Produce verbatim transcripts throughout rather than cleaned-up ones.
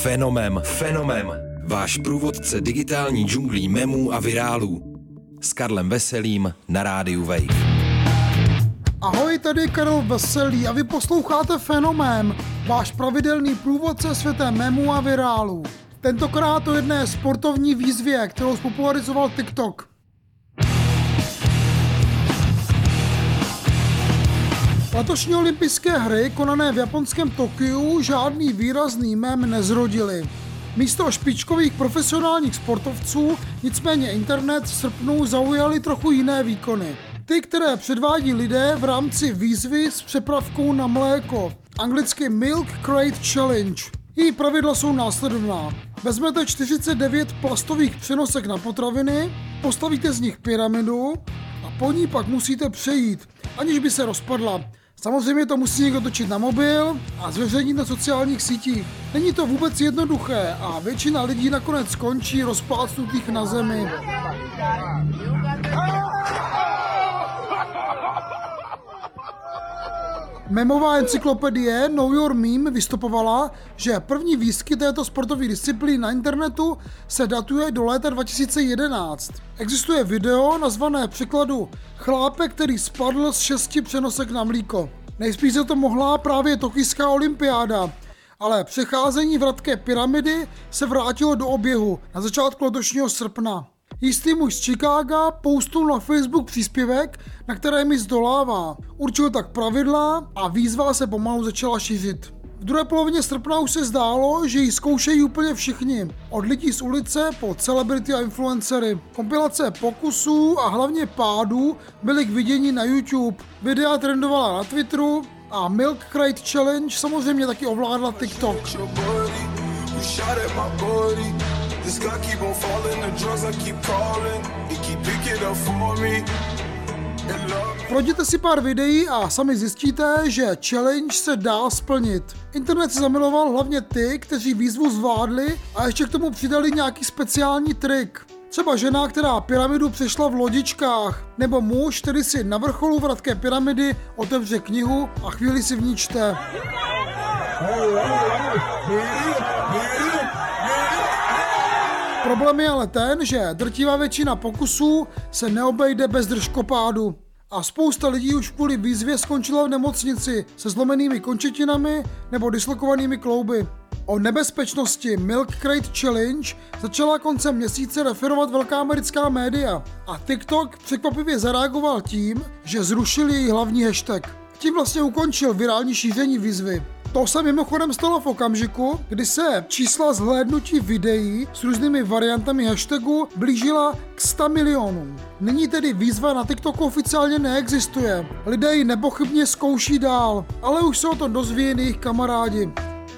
Fenomem, fenomem. Váš průvodce digitální džunglí memů a virálů. S Karlem Veselým na rádiu Wave. Ahoj, tady je Karel Veselý a vy posloucháte Fenomén, váš pravidelný průvodce světem memů a virálů. Tentokrát o jedné sportovní výzvě, kterou spopularizoval TikTok. Letošní olympijské hry, konané v japonském Tokiu, žádný výrazný mem nezrodily. Místo špičkových profesionálních sportovců nicméně internet v srpnu zaujaly trochu jiné výkony. Ty, které předvádí lidé v rámci výzvy s přepravkou na mléko, anglicky Milk Crate Challenge. Její pravidla jsou následovná. Vezmete čtyřicet devět plastových přenosek na potraviny, postavíte z nich pyramidu a po ní pak musíte přejít, aniž by se rozpadla. Samozřejmě to musí někdo točit na mobil a zveřejnit na sociálních sítích. Není to vůbec jednoduché a většina lidí nakonec skončí rozplácnutých na zemi. Memová encyklopedie Know Your Meme vystupovala, že první výskyt této sportovní disciplíny na internetu se datuje do léta dva tisíce jedenáct. Existuje video nazvané v překladu Chlápek, který spadl z šesti přenosek na mlíko. Nejspíš se to mohla právě tokijská olympiáda, ale přecházení vratké pyramidy se vrátilo do oběhu na začátku letošního srpna. Jistý muž z Chicaga postul na Facebook příspěvek, na kterém mi zdolává. Určil tak pravidla a výzva se pomalu začala šířit. V druhé polovině srpna už se zdálo, že ji zkoušejí úplně všichni. Od lidí z ulice po celebrity a influencery. Kompilace pokusů a hlavně pádů byly k vidění na YouTube. Videa trendovala na Twitteru a Milk Crate Challenge samozřejmě taky ovládla TikTok. Projděte si pár videí a sami zjistíte, že challenge se dá splnit. Internet se zamiloval hlavně ty, kteří výzvu zvládli a ještě k tomu přidali nějaký speciální trik. Třeba žena, která pyramidu přešla v lodičkách, nebo muž, který si na vrcholu vratké pyramidy otevře knihu a chvíli si v ní čte. Problém je ale ten, že drtivá většina pokusů se neobejde bez držkopádu. A spousta lidí už kvůli výzvě skončila v nemocnici se zlomenými končetinami nebo dislokovanými klouby. O nebezpečnosti Milk Crate Challenge začala koncem měsíce referovat velká americká média a TikTok překvapivě zareagoval tím, že zrušil její hlavní hashtag. Tím vlastně ukončil virální šíření výzvy. To se mimochodem stalo v okamžiku, kdy se čísla zhlédnutí videí s různými variantami hashtagu blížila k sta milionům. Nyní tedy výzva na TikToku oficiálně neexistuje. Lidé ji nepochybně zkouší dál, ale už se o tom dozví jejich kamarádi.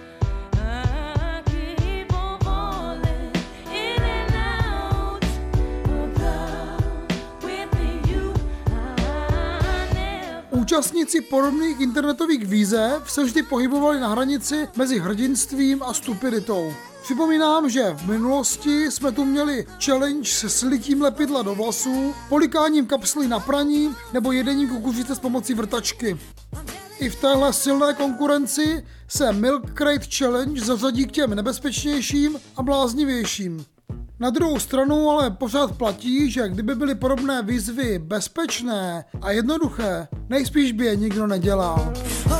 Účastníci podobných internetových výzev se vždy pohybovali na hranici mezi hrdinstvím a stupiditou. Připomínám, že v minulosti jsme tu měli challenge se slitím lepidla do vlasů, polikáním kapslí na praní nebo jedením kukuřice s pomocí vrtačky. I v téhle silné konkurenci se Milk Crate Challenge zařadí k těm nebezpečnějším a bláznivějším. Na druhou stranu ale pořád platí, že kdyby byly podobné výzvy bezpečné a jednoduché, nejspíš by je nikdo nedělal.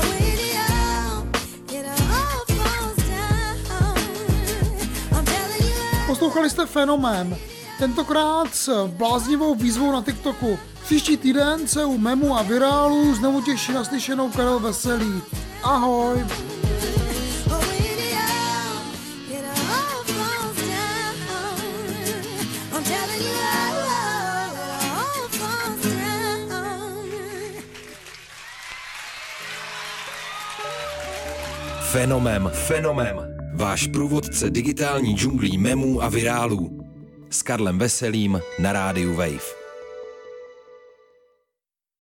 Poslouchali jste Fenomén, tentokrát s bláznivou výzvou na TikToku. Příští týden se u memů a virálů znovu těší naslyšenou Karel Veselý. Ahoj! Fenomem, fenomem. Váš průvodce digitální džunglí memů a virálů. S Karlem Veselým na rádiu Wave.